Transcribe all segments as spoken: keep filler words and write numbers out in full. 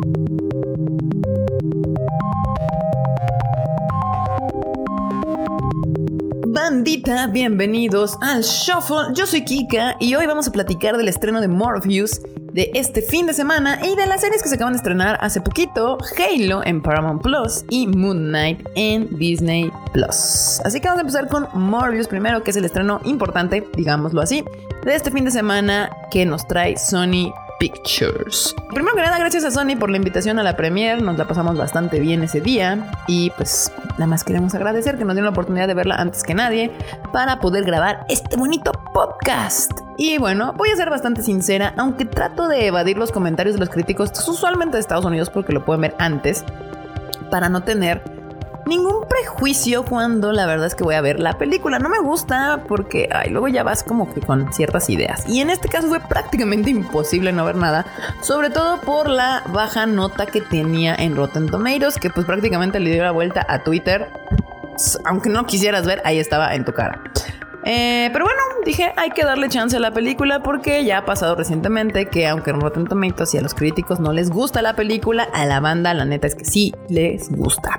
Bandita, bienvenidos al Shuffle. Yo soy Kika y hoy vamos a platicar del estreno de Morbius de este fin de semana y de las series que se acaban de estrenar hace poquito: Halo en Paramount Plus y Moon Knight en Disney Plus. Así que vamos a empezar con Morbius primero, que es el estreno importante, digámoslo así, de este fin de semana que nos trae Sony Pictures. Primero que nada, gracias a Sony por la invitación a la premiere. Nos la pasamos bastante bien ese día y pues nada más queremos agradecer que nos dieron la oportunidad de verla antes que nadie para poder grabar este bonito podcast. Y bueno, voy a ser bastante sincera, aunque trato de evadir los comentarios de los críticos, usualmente de Estados Unidos, porque lo pueden ver antes, para no tener ningún prejuicio cuando la verdad es que voy a ver la película. No me gusta porque ay, luego ya vas como que con ciertas ideas. Y en este caso fue prácticamente imposible no ver nada, sobre todo por la baja nota que tenía en Rotten Tomatoes, que pues prácticamente le dio la vuelta a Twitter. Aunque no quisieras ver, ahí estaba en tu cara. Eh, pero bueno, dije, hay que darle chance a la película porque ya ha pasado recientemente que aunque en Rotten Tomatoes y a los críticos no les gusta la película, a la banda la neta es que sí les gusta.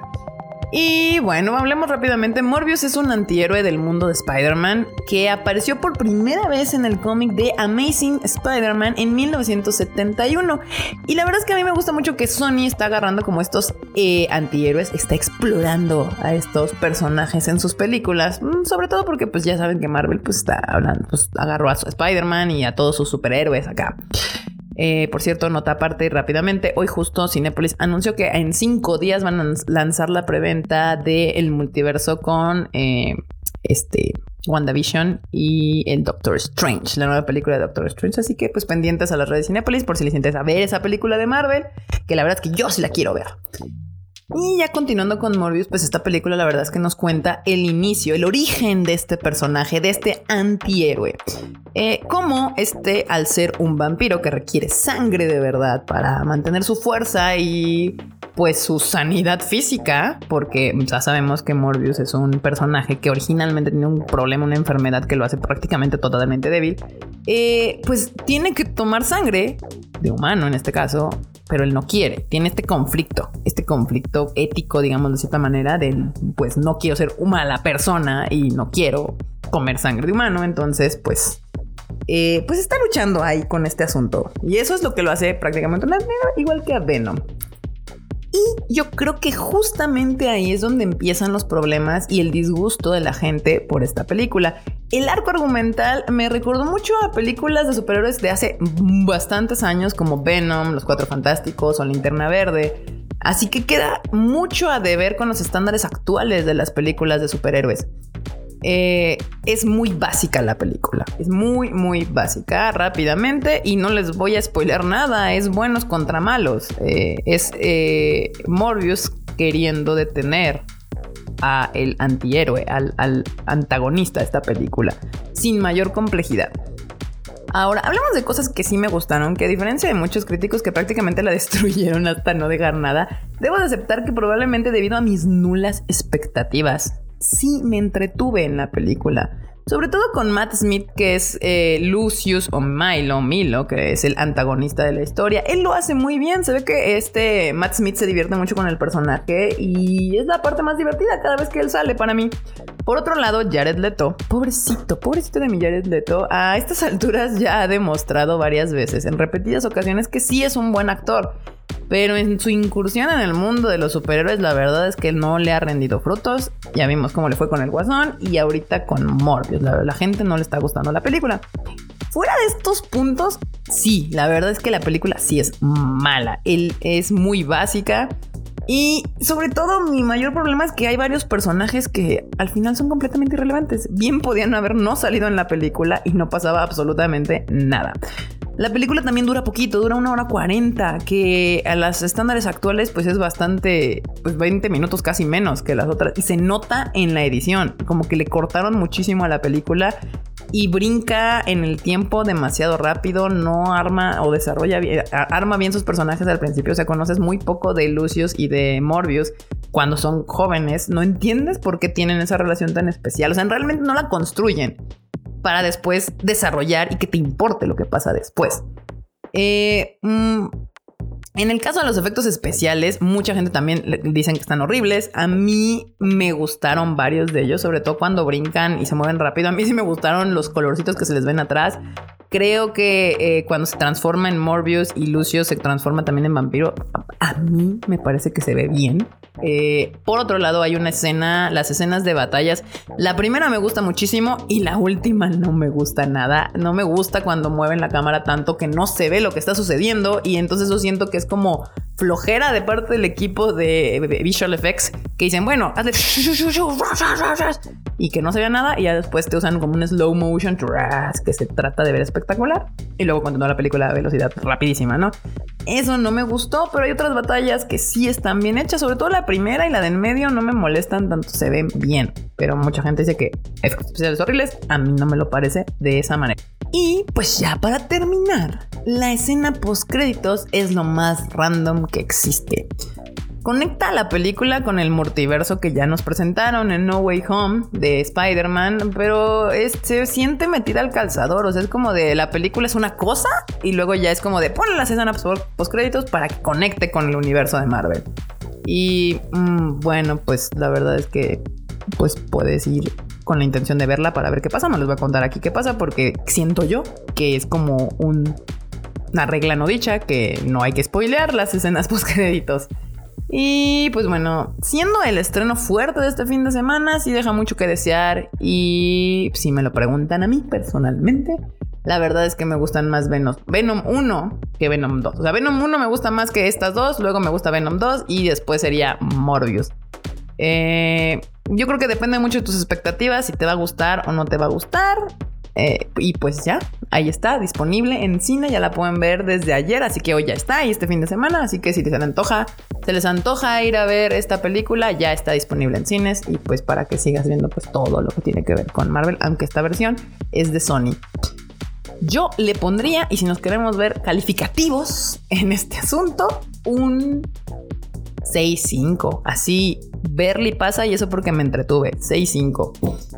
Y bueno, hablemos rápidamente. Morbius es un antihéroe del mundo de Spider-Man que apareció por primera vez en el cómic de Amazing Spider-Man en mil novecientos setenta y uno. Y la verdad es que a mí me gusta mucho que Sony está agarrando como estos eh, antihéroes, está explorando a estos personajes en sus películas, sobre todo porque pues ya saben que Marvel pues está hablando, pues agarró a Spider-Man y a todos sus superhéroes acá. Eh, por cierto, nota aparte rápidamente, hoy justo Cinépolis anunció que en cinco días van a lanzar la preventa del multiverso con eh, este WandaVision y el Doctor Strange, la nueva película de Doctor Strange. Así que pues pendientes a las redes de Cinépolis por si les interesa ver esa película de Marvel, que la verdad es que yo sí la quiero ver. Y ya continuando con Morbius, pues esta película la verdad es que nos cuenta el inicio, el origen de este personaje, de este antihéroe. Eh, como este, al ser un vampiro que requiere sangre de verdad para mantener su fuerza y pues su sanidad física, porque ya sabemos que Morbius es un personaje que originalmente tiene un problema, una enfermedad que lo hace prácticamente totalmente débil, eh, pues tiene que tomar sangre de humano en este caso, pero él no quiere, tiene este conflicto, este conflicto ético, digamos de cierta manera, del pues no quiero ser una mala persona y no quiero comer sangre de humano, entonces pues eh, pues está luchando ahí con este asunto y eso es lo que lo hace prácticamente una igual que a Venom. Y yo creo que justamente ahí es donde empiezan los problemas y el disgusto de la gente por esta película. El arco argumental me recordó mucho a películas de superhéroes de hace bastantes años como Venom, Los Cuatro Fantásticos o Linterna Verde. Así que queda mucho a deber con los estándares actuales de las películas de superhéroes. Eh, es muy básica la película, es muy muy básica rápidamente y no les voy a spoiler nada, es buenos contra malos, eh, es eh, Morbius queriendo detener a el antihéroe, al, al antagonista de esta película, sin mayor complejidad. Ahora, hablamos de cosas que sí me gustaron, que a diferencia de muchos críticos que prácticamente la destruyeron hasta no dejar nada, debo de aceptar que probablemente debido a mis nulas expectativas sí me entretuve en la película. Sobre todo con Matt Smith, que es eh, Lucius o Milo, Milo, que es el antagonista de la historia. Él lo hace muy bien. Se ve que este Matt Smith se divierte mucho con el personaje y es la parte más divertida cada vez que él sale para mí. Por otro lado, Jared Leto, pobrecito, pobrecito de mi Jared Leto, a estas alturas ya ha demostrado varias veces, en repetidas ocasiones, que sí es un buen actor. Pero en su incursión en el mundo de los superhéroes, la verdad es que no le ha rendido frutos. Ya vimos cómo le fue con el Guasón y ahorita con Morbius. La, la gente no le está gustando la película. Fuera de estos puntos, sí, la verdad es que la película sí es mala. Él es muy básica. Y sobre todo mi mayor problema es que hay varios personajes que al final son completamente irrelevantes. Bien podían haber no salido en la película y no pasaba absolutamente nada. La película también dura poquito, dura una hora cuarenta, que a los estándares actuales pues es bastante, pues veinte minutos casi menos que las otras. Y se nota en la edición, como que le cortaron muchísimo a la película y brinca en el tiempo demasiado rápido, no arma o desarrolla bien, arma bien sus personajes al principio. O sea, conoces muy poco de Lucius y de Morbius cuando son jóvenes. No entiendes por qué tienen esa relación tan especial. O sea, realmente no la construyen para después desarrollar y que te importe lo que pasa después. Eh, mmm, En el caso de los efectos especiales, mucha gente también dicen que están horribles. A mí me gustaron varios de ellos, sobre todo cuando brincan y se mueven rápido. A mí sí me gustaron los colorcitos que se les ven atrás. Creo que eh, cuando se transforma en Morbius y Lucio se transforma también en vampiro, a, a mí me parece que se ve bien. Eh, por otro lado, hay una escena, las escenas de batallas. La primera me gusta muchísimo y la última no me gusta nada. No me gusta cuando mueven la cámara tanto que no se ve lo que está sucediendo, y entonces yo siento que es como flojera de parte del equipo de Visual Effects, que dicen, bueno, hazle y que no se vea nada, y ya después te usan como un slow motion que se trata de ver espectacular, y luego continúa la película a velocidad rapidísima, ¿no? Eso no me gustó, pero hay otras batallas que sí están bien hechas, sobre todo la primera y la de en medio no me molestan tanto, se ven bien, pero mucha gente dice que efectos especiales horribles. A mí no me lo parece de esa manera. Y pues ya para terminar, la escena post créditos es lo más random que existe. Conecta la película con el multiverso que ya nos presentaron en No Way Home de Spider-Man, pero es, se siente metida al calzador. O sea, es como de la película es una cosa y luego ya es como de ponle las escenas post créditos para que conecte con el universo de Marvel. Y mmm, bueno, pues la verdad es que pues puedes ir con la intención de verla para ver qué pasa. No les voy a contar aquí qué pasa porque siento yo que es como un, una regla no dicha, que no hay que spoilear las escenas post créditos. Y pues bueno, siendo el estreno fuerte de este fin de semana, sí deja mucho que desear. Y si me lo preguntan a mí personalmente, la verdad es que me gustan más Venom, Venom uno que Venom dos. O sea, Venom uno me gusta más que estas dos, luego me gusta Venom dos y después sería Morbius. Eh, yo creo que depende mucho de tus expectativas, si te va a gustar o no te va a gustar. Eh, y pues ya, ahí está, disponible en cine, ya la pueden ver desde ayer, así que hoy ya está, y este fin de semana, así que si se les antoja, se les antoja ir a ver esta película, ya está disponible en cines, y pues para que sigas viendo pues todo lo que tiene que ver con Marvel, aunque esta versión es de Sony. Yo le pondría, y si nos queremos ver calificativos en este asunto, un seis cinco, así, verle pasa, y eso porque me entretuve, seis cinco.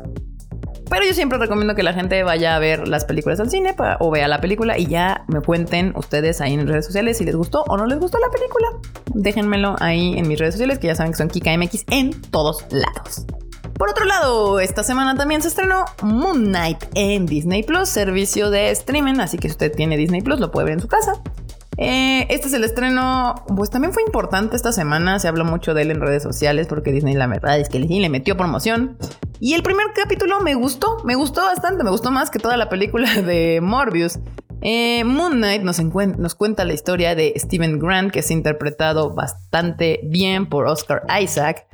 Pero yo siempre recomiendo que la gente vaya a ver las películas al cine para, o vea la película y ya me cuenten ustedes ahí en redes sociales si les gustó o no les gustó la película. Déjenmelo ahí en mis redes sociales, que ya saben que son Kika M X en todos lados. Por otro lado, esta semana también se estrenó Moon Knight en Disney Plus, servicio de streaming, así que si usted tiene Disney Plus lo puede ver en su casa. Eh, este es el estreno, pues también fue importante esta semana, se habló mucho de él en redes sociales porque Disney la verdad es que Disney le metió promoción. Y el primer capítulo me gustó, me gustó bastante, me gustó más que toda la película de Morbius. Eh, Moon Knight nos, encuent- nos cuenta la historia de Steven Grant, que es interpretado bastante bien por Oscar Isaac.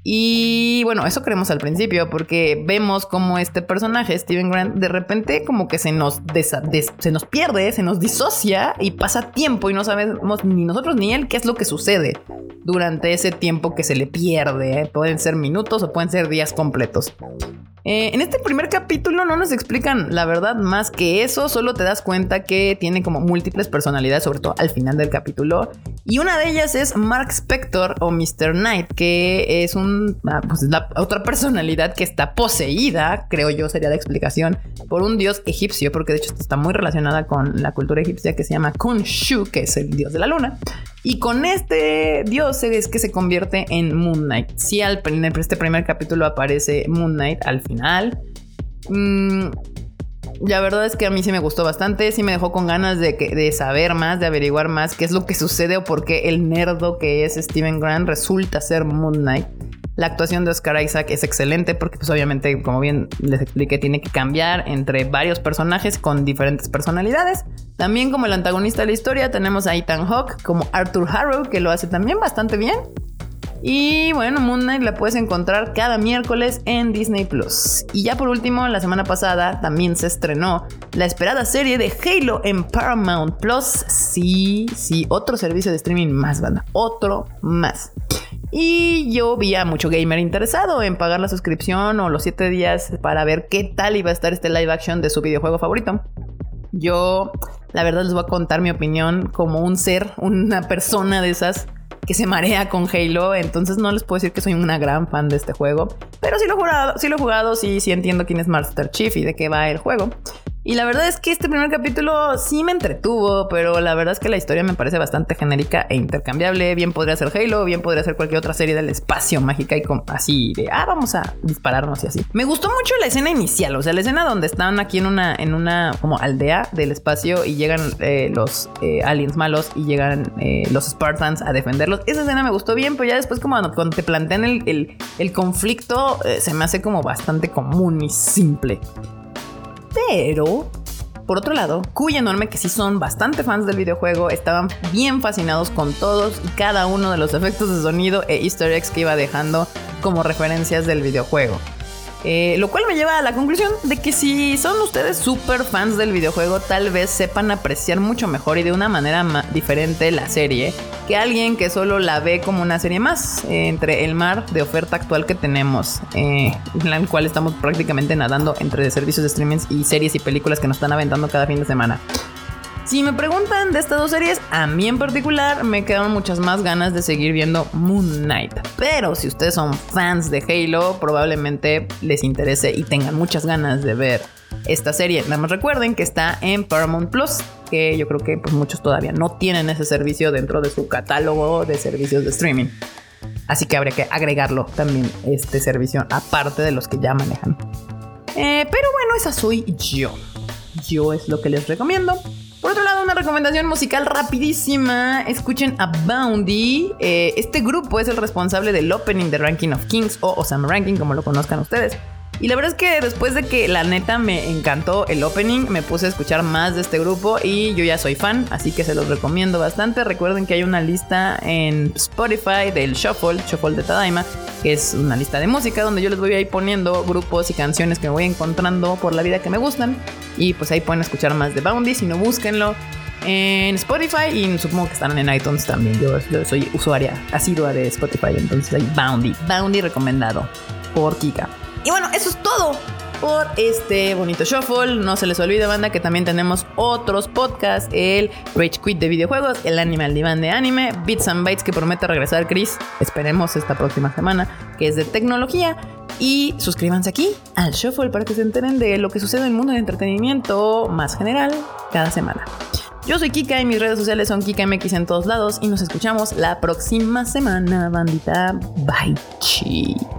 Y bueno, eso creemos al principio, porque vemos como este personaje, Steven Grant, de repente como que se nos, desa- des- se nos pierde, se nos disocia y pasa tiempo y no sabemos ni nosotros ni él qué es lo que sucede durante ese tiempo que se le pierde. ¿eh? Pueden ser minutos o pueden ser días completos. Eh, en este primer capítulo no nos explican la verdad más que eso, solo te das cuenta que tiene como múltiples personalidades, sobre todo al final del capítulo, y una de ellas es Mark Spector o mister Knight, que es un, ah, pues la otra personalidad que está poseída, creo yo sería la explicación, por un dios egipcio, porque de hecho está muy relacionada con la cultura egipcia, que se llama Khonshu, que es el dios de la luna. Y con este dios es que se convierte en Moon Knight. Sí, al, en este primer capítulo aparece Moon Knight al final. Mm, la verdad es que a mí sí me gustó bastante. Sí me dejó con ganas de, que, de saber más, de averiguar más qué es lo que sucede o por qué el nerdo que es Steven Grant resulta ser Moon Knight. La actuación de Oscar Isaac es excelente porque pues obviamente, como bien les expliqué, tiene que cambiar entre varios personajes con diferentes personalidades. También como el antagonista de la historia tenemos a Ethan Hawke como Arthur Harrow, que lo hace también bastante bien. Y bueno, Moon Knight la puedes encontrar cada miércoles en Disney Plus. Y ya por último, la semana pasada también se estrenó la esperada serie de Halo en Paramount Plus. Sí, sí, otro servicio de streaming más, banda, otro más. Y yo vi a mucho gamer interesado en pagar la suscripción o los siete días para ver qué tal iba a estar este live action de su videojuego favorito. Yo, la verdad, les voy a contar mi opinión como un ser, una persona de esas que se marea con Halo. Entonces no les puedo decir que soy una gran fan de este juego, pero sí lo he jugado, sí lo he jugado, sí, sí entiendo quién es Master Chief y de qué va el juego. Y la verdad es que este primer capítulo sí me entretuvo, pero la verdad es que la historia me parece bastante genérica e intercambiable. Bien podría ser Halo, bien podría ser cualquier otra serie del espacio mágica y con, así de, ah, vamos a dispararnos y así. Me gustó mucho la escena inicial, o sea, la escena donde están aquí en una, en una como aldea del espacio y llegan eh, los eh, aliens malos y llegan eh, los Spartans a defenderlos. Esa escena me gustó bien, pero ya después como cuando te plantean el, el, el conflicto, eh, se me hace como bastante común y simple. Pero, por otro lado, Kuya y Enorme, que sí son bastante fans del videojuego, estaban bien fascinados con todos y cada uno de los efectos de sonido e easter eggs que iba dejando como referencias del videojuego. Eh, lo cual me lleva a la conclusión de que si son ustedes súper fans del videojuego, tal vez sepan apreciar mucho mejor y de una manera ma- diferente la serie que alguien que solo la ve como una serie más eh, entre el mar de oferta actual que tenemos, eh, en la cual estamos prácticamente nadando entre servicios de streaming y series y películas que nos están aventando cada fin de semana. Si me preguntan de estas dos series, a mí en particular me quedaron muchas más ganas de seguir viendo Moon Knight. Pero si ustedes son fans de Halo, probablemente les interese y tengan muchas ganas de ver esta serie. Nada más recuerden que está en Paramount Plus, que yo creo que pues, muchos todavía no tienen ese servicio dentro de su catálogo de servicios de streaming. Así que habría que agregarlo también, este servicio, aparte de los que ya manejan. Eh, pero bueno, esa soy yo. Yo es lo que les recomiendo. Por otro lado, una recomendación musical rapidísima. Escuchen a Boundy. Eh, este grupo es el responsable del opening de Ranking of Kings o Osama Ranking, como lo conozcan ustedes. Y la verdad es que después de que la neta me encantó el opening, me puse a escuchar más de este grupo y yo ya soy fan, así que se los recomiendo bastante. Recuerden que hay una lista en Spotify del Shuffle, Shuffle de Tadaima, que es una lista de música donde yo les voy a ir poniendo grupos y canciones que me voy encontrando por la vida que me gustan. Y pues ahí pueden escuchar más de Boundy, si no, búsquenlo en Spotify y supongo que están en iTunes también. Yo, yo soy usuaria asidua de Spotify, entonces hay Boundy. Boundy recomendado por Kika. Y bueno, eso es todo por este bonito shuffle. No se les olvide, banda, que también tenemos otros podcasts: el Rage Quit de videojuegos, el Anime al Diván de anime, Bits and Bytes, que promete regresar Chris, esperemos esta próxima semana, que es de tecnología. Y suscríbanse aquí al shuffle para que se enteren de lo que sucede en el mundo del entretenimiento más general cada semana. Yo soy Kika y mis redes sociales son KikaMX en todos lados y nos escuchamos la próxima semana, bandita. Bye, chi.